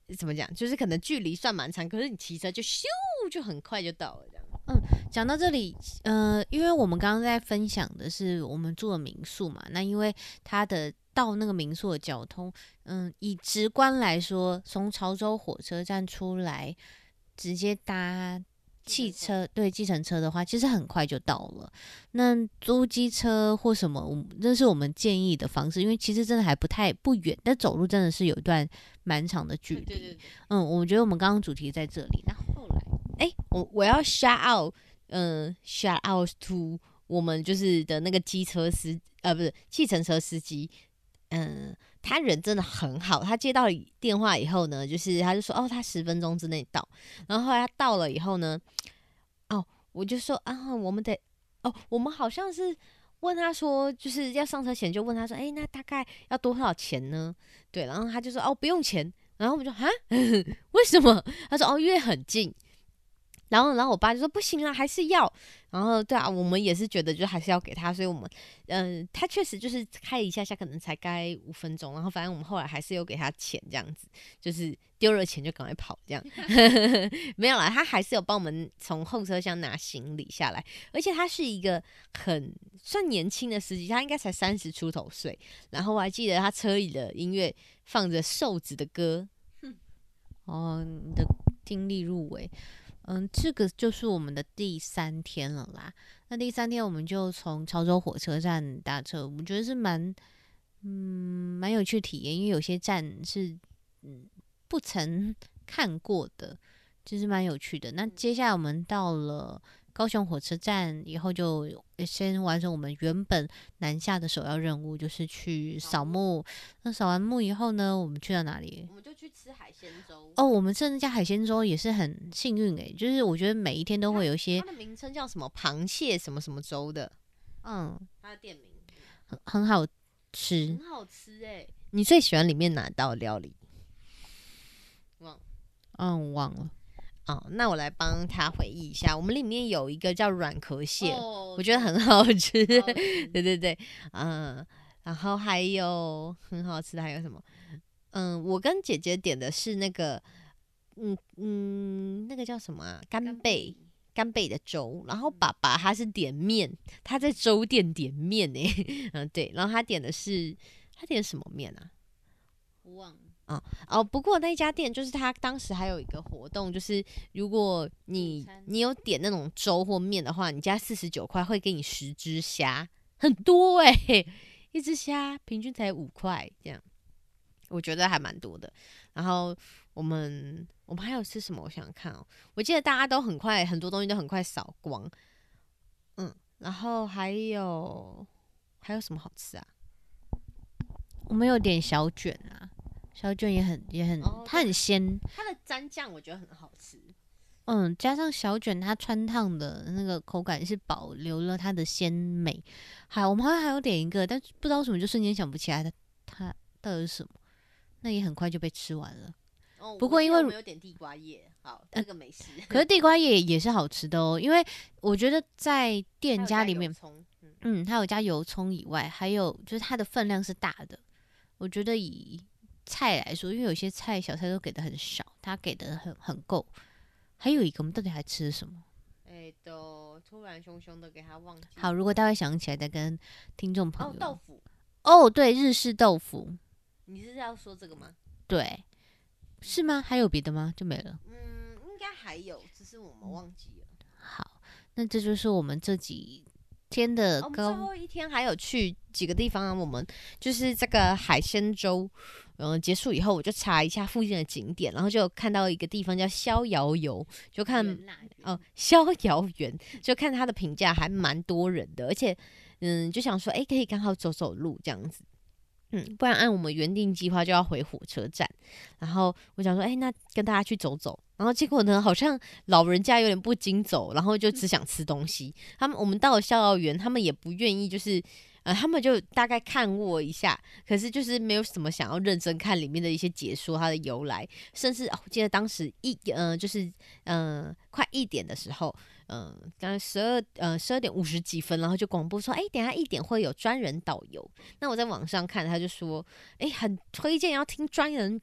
S2: 怎么讲，就是可能距离算蛮长，可是你骑车就咻就很快就到了这样。
S1: 嗯，讲到这里，呃，因为我们刚刚在分享的是我们住的民宿嘛，那因为它的到那个民宿的交通，嗯，以直观来说，从潮州火车站出来，直接搭汽车，对，计程车的话，其实很快就到了。那租机车或什么，这是我们建议的方式，因为其实真的还不太不远，但走路真的是有一段蛮长的距离。
S2: 对对对，
S1: 嗯，我觉得我们刚刚主题在这里，那后来。
S2: 哎，我我要 shout out， 嗯、呃、，shout out to 我们就是的那个机车司，呃，不是计程车司机，嗯、呃，他人真的很好。他接到电话以后呢，就是他就说，哦，他十分钟之内到。然后后来他到了以后呢，哦，我就说啊，我们得，哦，我们好像是问他说，就是要上车前就问他说，哎，那大概要多少钱呢？对，然后他就说，哦，不用钱。然后我们就啊，为什么？他说，哦，因为很近。然后，然后我爸就说不行啦，还是要。然后，对啊，我们也是觉得就还是要给他，所以我们，嗯、呃，他确实就是开一下下，可能才该五分钟。然后，反正我们后来还是有给他钱，这样子，就是丢了钱就赶快跑，这样。没有啦，他还是有帮我们从后车厢拿行李下来，而且他是一个很算年轻的司机，他应该才三十出头岁。然后我还记得他车里的音乐放着瘦子的歌。
S1: 哦，你的听力入围。嗯，这个就是我们的第三天了啦。那第三天我们就从潮州火车站搭车，我觉得是蛮嗯蛮有趣体验，因为有些站是嗯不曾看过的，就是蛮有趣的。那接下来我们到了高雄火车站以后，就先完成我们原本南下的首要任务，就是去扫墓。那扫完墓以后呢，我们去到哪里？
S2: 我们就去吃海鲜粥。
S1: 哦，我们吃的那家海鲜粥也是很幸运诶，就是我觉得每一天都会有一些，
S2: 它的名称叫什么螃蟹什么什么粥的，
S1: 嗯，
S2: 它的店名
S1: 很很好吃，
S2: 很好吃哎。你最喜欢里面哪道料理？忘
S1: 嗯，忘了。
S2: 哦，那我来帮他回忆一下。我们里面有一个叫软壳蟹，
S1: 哦、
S2: 我觉得很好吃。
S1: 对
S2: 对对对，嗯，然后还有很好吃的还有什么？嗯，我跟姐姐点的是那个，嗯嗯，那个叫什么啊？干贝。干贝的粥，然后爸爸他是点面，他在粥店点面呢，嗯对，然后他点的是他点什么面啊？
S1: 我忘了。
S2: 哦哦，不过那家店就是他当时还有一个活动，就是如果你你有点那种粥或面的话，你加四十九块会给你十只虾，很多哎、欸，一只虾平均才五块这样，我觉得还蛮多的。然后我们我们还有吃什么？我想想看哦，我记得大家都很快，很多东西都很快扫光，嗯，然后还有还有什么好吃啊？
S1: 我们有点小卷啊，小卷也很也很，
S2: 哦、
S1: 它很鲜，
S2: 它的蘸酱我觉得很好吃。
S1: 嗯，加上小卷它穿烫的那个口感是保留了它的鲜美。还我们好像还有点一个，但不知道为什么就瞬间想不起来它它到底是什么，那也很快就被吃完了。
S2: 哦、
S1: 不过因为
S2: 我们有点地瓜叶，好，这个没事。
S1: 可是地瓜叶也是好吃的哦，因为我觉得在店家里面，
S2: 嗯,
S1: 嗯，它有加油葱以外，还有就是它的分量是大的。我觉得以菜来说，因为有些菜小菜都给的很少，它给的很很够。还有一个，我们到底还吃了什么？
S2: 哎、欸，都突然凶凶的给他忘记。
S1: 好，如果大家想起来，再跟听众朋友。
S2: 哦，豆腐。
S1: 哦，对，日式豆腐。
S2: 你是要说这个吗？
S1: 对，是吗？还有别的吗？就没了。
S2: 嗯，应该还有，只是我们忘记了。
S1: 好，那这就是我们这几天的高。
S2: 哦、最后一天还有去几个地方啊？我们就是这个海鲜粥。嗯，结束以后我就查一下附近的景点，然后就看到一个地方叫逍遥游，就看哦逍遥园，就看它的评价还蛮多人的，而且嗯就想说，哎、欸，可以刚好走走路这样子，嗯，不然按我们原定计划就要回火车站，然后我想说，哎、欸，那跟大家去走走，然后结果呢，好像老人家有点不经走，然后就只想吃东西。他们我们到了逍遥园，他们也不愿意就是。呃，他们就大概看过一下，可是就是没有什么想要认真看里面的一些解说它的由来，甚至、哦、我记得当时一呃就是嗯、呃、快一点的时候，嗯刚才十二呃十二点五十几分，然后就广播说，哎、欸，等一下一点会有专人导游。那我在网上看，他就说，哎、欸，很推荐要听专人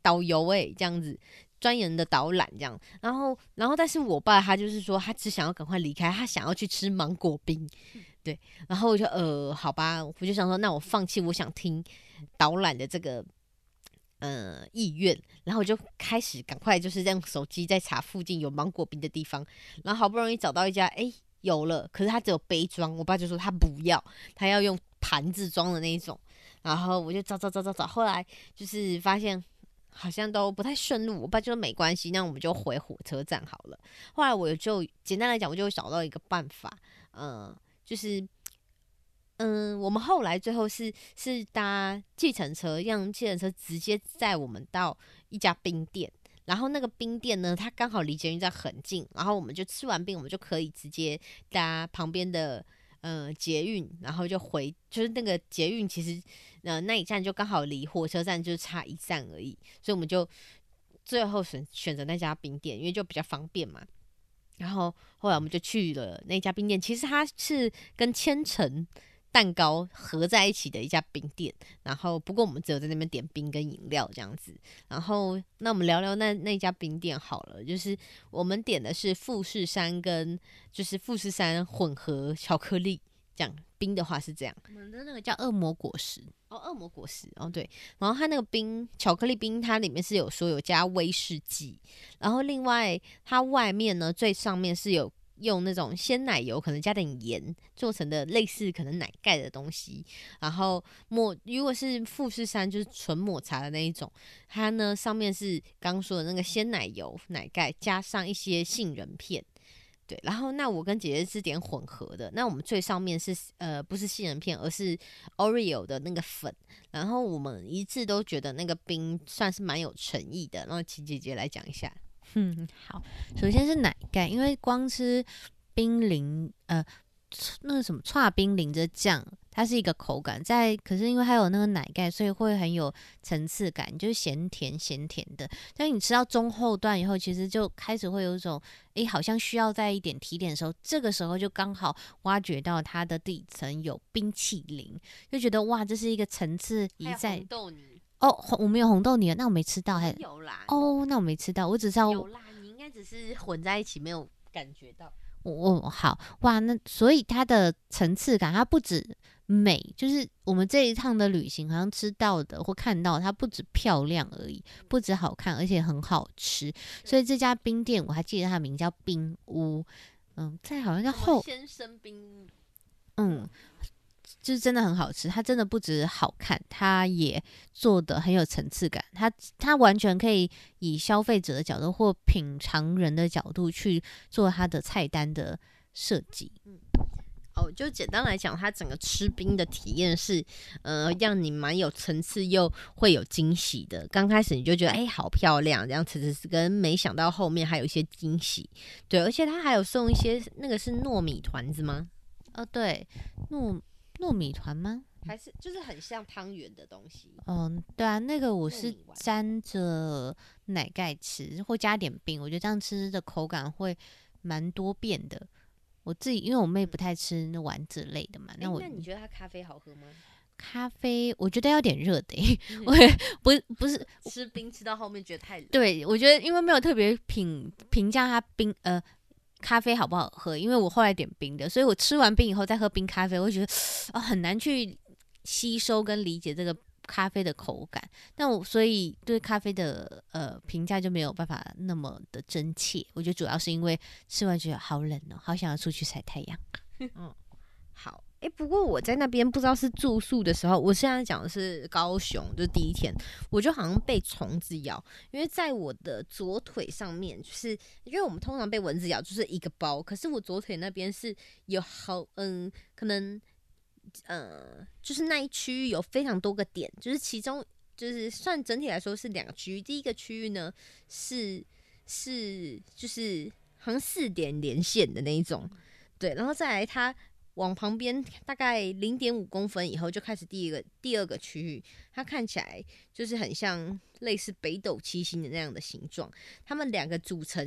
S2: 导游哎、欸，这样子。专人的导览这样，然后，然后，但是我爸他就是说，他只想要赶快离开，他想要去吃芒果冰，对，然后我就呃，好吧，我就想说，那我放弃我想听导览的这个呃意愿，然后我就开始赶快就是用手机在查附近有芒果冰的地方，然后好不容易找到一家，哎，有了，可是他只有杯装，我爸就说他不要，他要用盘子装的那一种，然后我就找找找找找，后来就是发现。好像都不太顺路，我爸就说没关系，那我们就回火车站好了。后来我就简单来讲，我就找到一个办法，嗯、呃，就是，嗯、呃，我们后来最后是是搭计程车，让计程车直接载我们到一家冰店。然后那个冰店呢，它刚好离捷运站很近，然后我们就吃完冰，我们就可以直接搭旁边的呃捷运，然后就回，就是那个捷运其实呃那一站就刚好离火车站就差一站而已，所以我们就最后选选择那家冰店，因为就比较方便嘛。然后后来我们就去了那家冰店，其实它是跟千层蛋糕合在一起的一家冰店，然后不过我们只有在那边点冰跟饮料这样子。然后那我们聊聊那那家冰店好了，就是我们点的是富士山跟就是富士山混合巧克力，这样冰的话是这样。
S1: 我们的那个叫恶魔果实
S2: 哦，恶魔果实哦，对，然后它那个冰巧克力冰，它里面是有说有加威士忌，然后另外它外面呢最上面是有用那种鲜奶油，可能加点盐做成的类似可能奶盖的东西，然后抹如果是富士山就是纯抹茶的那一种，它呢上面是刚说的那个鲜奶油奶盖，加上一些杏仁片。对，然后那我跟姐姐是点混合的，那我们最上面是呃不是杏仁片，而是 Oreo 的那个粉，然后我们一致都觉得那个冰算是蛮有诚意的，然后请姐姐来讲一下。
S1: 嗯，好，首先是奶盖，因为光吃冰淋，呃，那个什么串冰淋着酱，它是一个口感，在可是因为它有那个奶盖，所以会很有层次感，就是咸甜咸甜的。但你吃到中后段以后，其实就开始会有一种，诶，好像需要在一点提点的时候，这个时候就刚好挖掘到它的底层有冰淇淋，就觉得哇，这是一个层次一再。
S2: 豆泥
S1: 哦，我们有红豆泥，那我没吃到，还
S2: 有啦，
S1: 哦，那我没吃到，我只知道
S2: 有啦，你应该只是混在一起没有感觉到。
S1: 我我好哇，那所以它的层次感，它不止美，就是我们这一趟的旅行好像吃到的或看到，它不止漂亮而已，不止好看，而且很好吃。所以这家冰店我还记得它的名叫冰屋，嗯，在好像叫后
S2: 先生冰屋，
S1: 嗯。就是真的很好吃，它真的不止好看，它也做的很有层次感，它它完全可以以消费者的角度或品尝人的角度去做它的菜单的设计。
S2: 嗯，哦，就简单来讲，它整个吃冰的体验是，呃，让你蛮有层次又会有惊喜的。刚开始你就觉得，哎、欸，好漂亮，这样子是跟没想到后面还有一些惊喜。对，而且它还有送一些那个是糯米团子吗？
S1: 哦，对，糯。糯米团吗？
S2: 还是就是很像汤圆的东西？
S1: 嗯，对啊，那个我是沾着奶盖吃，或加点冰，我觉得这样吃的口感会蛮多变的。我自己因为我妹不太吃那丸子类的嘛，
S2: 欸、
S1: 那我
S2: 那你觉得它咖啡好喝吗？
S1: 咖啡我觉得要点热的、欸，我不不是
S2: 吃冰吃到后面觉得太冷。
S1: 对，我觉得因为没有特别评评价它冰呃。咖啡好不好喝？因为我后来点冰的，所以我吃完冰以后再喝冰咖啡，我会觉得哦很难去吸收跟理解这个咖啡的口感。那我所以对咖啡的呃评价就没有办法那么的真切。我觉得主要是因为吃完觉得好冷哦，好想要出去晒太阳。
S2: 嗯，好。哎、欸，不过我在那边不知道是住宿的时候，我现在讲的是高雄，就是第一天，我就好像被虫子咬，因为在我的左腿上面，就是因为我们通常被蚊子咬就是一个包，可是我左腿那边是有好嗯，可能呃，就是那一区域有非常多个点，就是其中就是算整体来说是两个区域，第一个区域呢是是就是好像四点连线的那一种，对，然后再来它。往旁边大概零点五公分以后，就开始第一个第二个区域，它看起来就是很像类似北斗七星的那样的形状。它们两个组成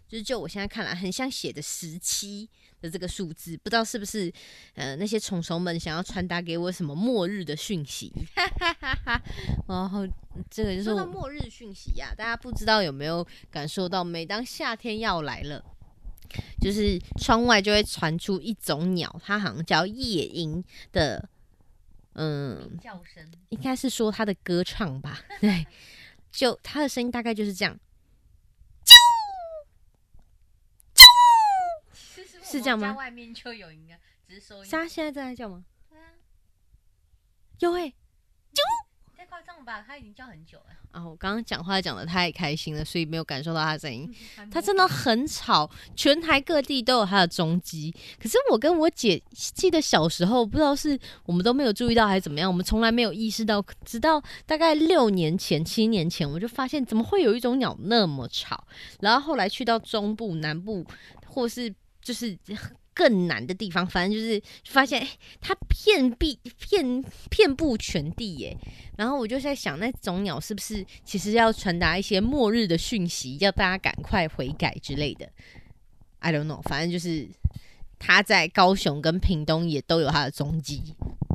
S2: 就是就我现在看来，很像写的十七的这个数字，不知道是不是呃那些虫虫们想要传达给我什么末日的讯息？
S1: 然后这个就是
S2: 说到末日讯息呀、啊，大家不知道有没有感受到，每当夏天要来了，就是窗外就会传出一种鸟，它好像叫夜莺的，嗯，
S1: 叫声，
S2: 应该是说它的歌唱吧？对，就它的声音大概就是这样。是这样吗？
S1: 家外面就有一个，只是收音。
S2: 它现在正在叫吗？
S1: 对啊，
S2: 有哎、欸，啾！
S1: 太夸张了吧？它已经叫很久了。
S2: 啊，我刚刚讲话讲得太开心了，所以没有感受到它的声音。
S1: 嗯、
S2: 它真的很吵，全台各地都有它的踪迹。可是我跟我姐记得小时候，不知道是我们都没有注意到还是怎么样，我们从来没有意识到。直到大概六年前、七年前，我就发现怎么会有一种鸟那么吵。然后后来去到中部、南部，或是就是更难的地方，反正就是发现、欸、它遍地遍遍布全地耶。然后我就在想，那种鸟是不是其实要传达一些末日的讯息，要大家赶快悔改之类的 ？I don't know， 反正就是它在高雄跟屏东也都有它的踪迹。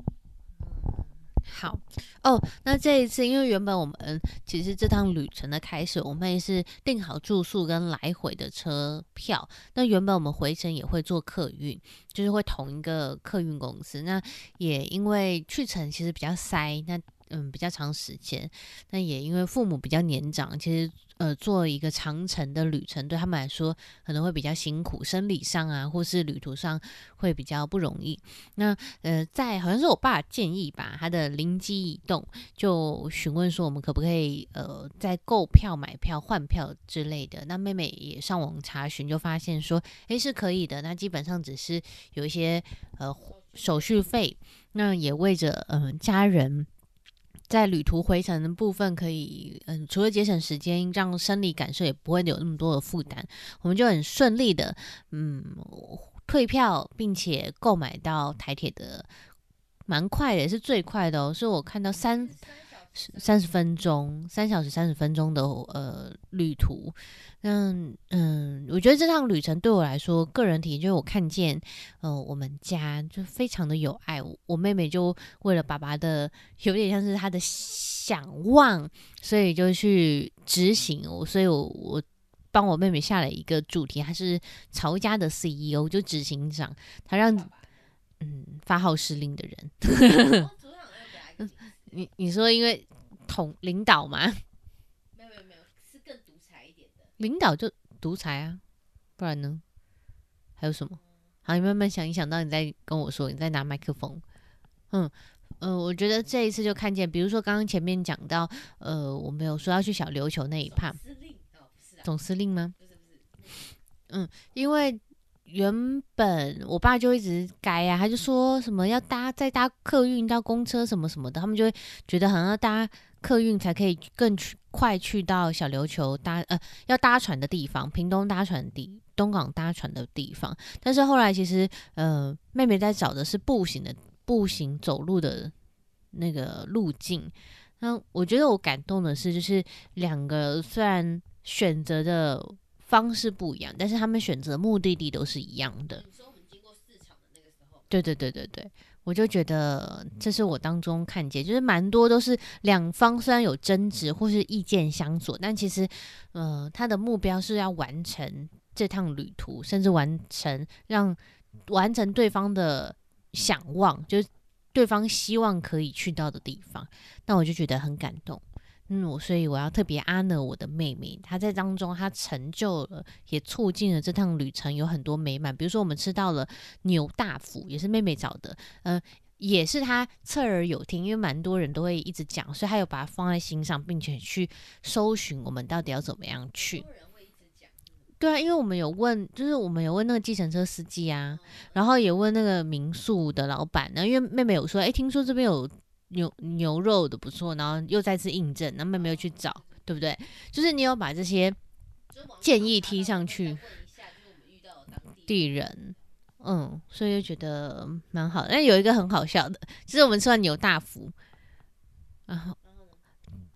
S1: 好哦，那这一次因为原本我们其实这趟旅程的开始，我们也是订好住宿跟来回的车票。那原本我们回程也会坐客运，就是会同一个客运公司。那也因为去程其实比较塞，那嗯比较长时间。那也因为父母比较年长，其实呃做一个长程的旅程对他们来说可能会比较辛苦，生理上啊或是旅途上会比较不容易。那呃在好像是我爸建议吧，他的灵机一动，就询问说我们可不可以呃在购票买票换票之类的。那妹妹也上网查询，就发现说诶是可以的，那基本上只是有一些呃手续费，那也为着嗯、呃、家人在旅途回程的部分可以嗯除了节省时间，让生理感受也不会有那么多的负担，我们就很顺利的嗯退票，并且购买到台铁的蛮快的，也是最快的哦，是我看到三三十分钟，三小时三十分钟的呃旅途。嗯嗯，我觉得这趟旅程对我来说，个人体验就是我看见，呃，我们家就非常的有爱。我, 我妹妹就为了爸爸的，有点像是他的想望，所以就去执行。我所以我我帮我妹妹下了一个主题，他是曹家的 C E O， 就执行长，他让嗯发号施令的人。你你说因为统领导吗？
S2: 没有没有没有，是更独裁一点的。
S1: 领导就独裁啊，不然呢？还有什么？好，你慢慢想一想到，你再跟我说，你再拿麦克风。嗯呃，我觉得这一次就看见，比如说刚刚前面讲到，呃，我们有说要去小琉球那一趴，
S2: 总司令哦，不是啊，
S1: 总司令吗？
S2: 不是不是，
S1: 嗯，因为原本我爸就一直改啊，他就说什么要搭再搭客运到公车什么什么的，他们就会觉得好像要搭客运才可以更去快去到小琉球搭呃要搭船的地方，屏东搭船地东港搭船的地方。但是后来其实呃妹妹在找的是步行的步行走路的那个路径。那我觉得我感动的是，就是两个虽然选择的方式不一样，但是他们选择目的地都是一样的。
S2: 你说我们经过市场的那个时候，
S1: 对对对对对，我就觉得这是我当中看见，就是蛮多都是两方虽然有争执或是意见相左，但其实呃他的目标是要完成这趟旅途，甚至完成让完成对方的想望，就是对方希望可以去到的地方。那我就觉得很感动。嗯，我所以我要特别 honor 我的妹妹，她在当中她成就了，也促进了这趟旅程有很多美满。比如说我们吃到了牛大福，也是妹妹找的，呃，也是她侧耳有听，因为蛮多人都会一直讲，所以她有把它放在心上，并且去搜寻我们到底要怎么样去。对啊，因为我们有问，就是我们有问那个计程车司机啊，然后也问那个民宿的老板呢，因为妹妹有说，哎，听说这边有牛牛肉的不错，然后又再次印证，然后妹妹又去找，对不对？就是你有把这些建议踢上去，地人，嗯，所以就觉得蛮好的。但有一个很好笑的，就是我们吃完牛大福，然后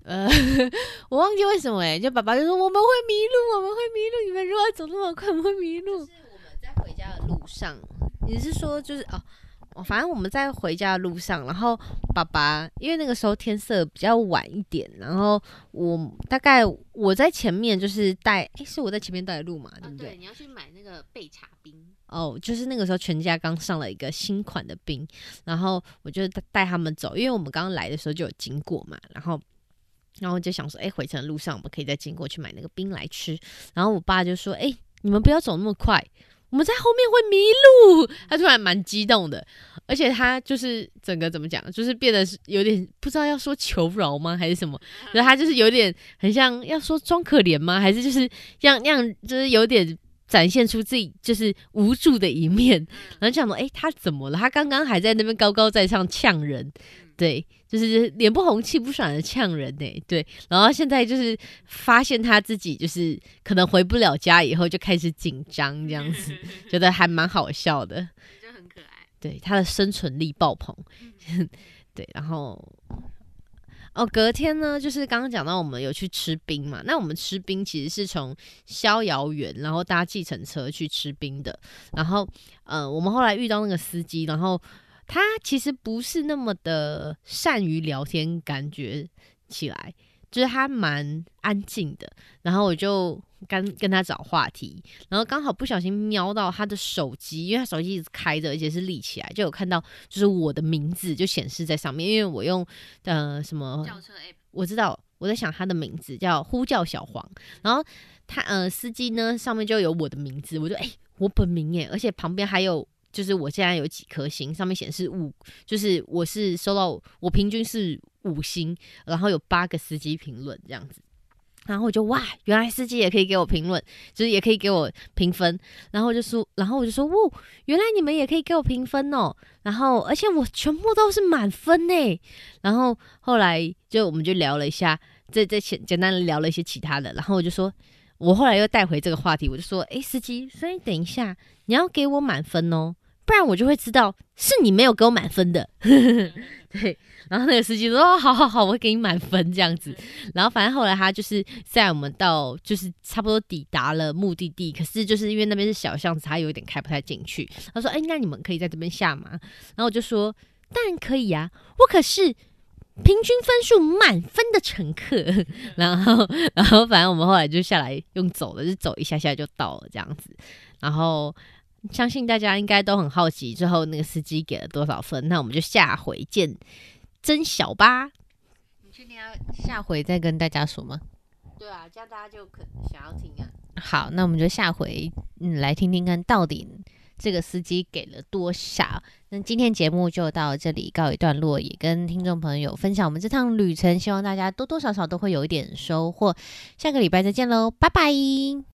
S1: 呃，我忘记为什么哎、欸，就爸爸就说我们会迷路，我们会迷路，你们如果走那么快，我们会迷路。
S2: 就是我们在回家的路上，你是说就是哦？反正我们在回家的路上，然后爸爸因为那个时候天色比较晚一点，然后我大概我在前面就是带，哎、欸，是我在前面带路嘛，对不对？
S1: 啊、对，你要去买那个焙茶冰。
S2: 哦，就是那个时候全家刚上了一个新款的冰，然后我就带他们走，因为我们刚刚来的时候就有经过嘛，然后。然后就想说，哎、欸，回程的路上我们可以再经过去买那个冰来吃。然后我爸就说，哎、欸，你们不要走那么快。我们在后面会迷路，他突然蛮激动的，而且他就是整个怎么讲，就是变得有点不知道要说求饶吗，还是什么？然后他就是有点很像要说装可怜吗？还是就是让让就是有点展现出自己就是无助的一面。然后就想说，哎、欸，他怎么了？他刚刚还在那边高高在上呛人，对，就是脸不红气不爽的呛人呢、欸，对。然后现在就是发现他自己就是可能回不了家，以后就开始紧张这样子，觉得还蛮好笑的，
S1: 就很可爱。
S2: 对，他的生存力爆棚，对。然后哦，隔天呢，就是刚刚讲到我们有去吃冰嘛，那我们吃冰其实是从逍遥园，然后搭计程车去吃冰的。然后，呃，我们后来遇到那个司机，然后。他其实不是那么的善于聊天，感觉起来就是他蛮安静的。然后我就跟跟他找话题，然后刚好不小心瞄到他的手机，因为他手机一直开着，而且是立起来，就有看到就是我的名字就显示在上面，因为我用呃什么
S1: 轿车 app，
S2: 我知道我在想他的名字叫呼叫小黄，然后他呃司机呢上面就有我的名字，我就哎、欸、我本名耶，而且旁边还有。就是我现在有几颗星，上面显示五，就是我是收到我平均是五星，然后有八个司机评论这样子，然后我就哇，原来司机也可以给我评论，就是也可以给我评分，然后我就说，然后我就说，哇，原来你们也可以给我评分哦，然后而且我全部都是满分呢，然后后来就我们就聊了一下，这这简简单的聊了一些其他的，然后我就说。我后来又带回这个话题，我就说：“哎，司机，所以等一下你要给我满分哦，不然我就会知道是你没有给我满分的。”对，然后那个司机说：“哦，好好好，我会给你满分这样子。”然后反正后来他就是在我们到就是差不多抵达了目的地，可是就是因为那边是小巷子，他有点开不太进去。他说：“哎，那你们可以在这边下吗？”然后我就说：“当然可以啊，我可是。”平均分数满分的乘客，然后，然后反正我们后来就下来用走的，就走一下下就到了这样子。然后相信大家应该都很好奇，最后那个司机给了多少分？那我们就下回见真小吧。
S1: 你确定要下回再跟大家说吗？
S2: 对啊，这样大家就可想要听啊。
S1: 好，那我们就下回嗯来听听看到底。这个司机给了多少？那今天节目就到这里告一段落，也跟听众朋友分享我们这趟旅程，希望大家多多少少都会有一点收获。下个礼拜再见喽，拜拜。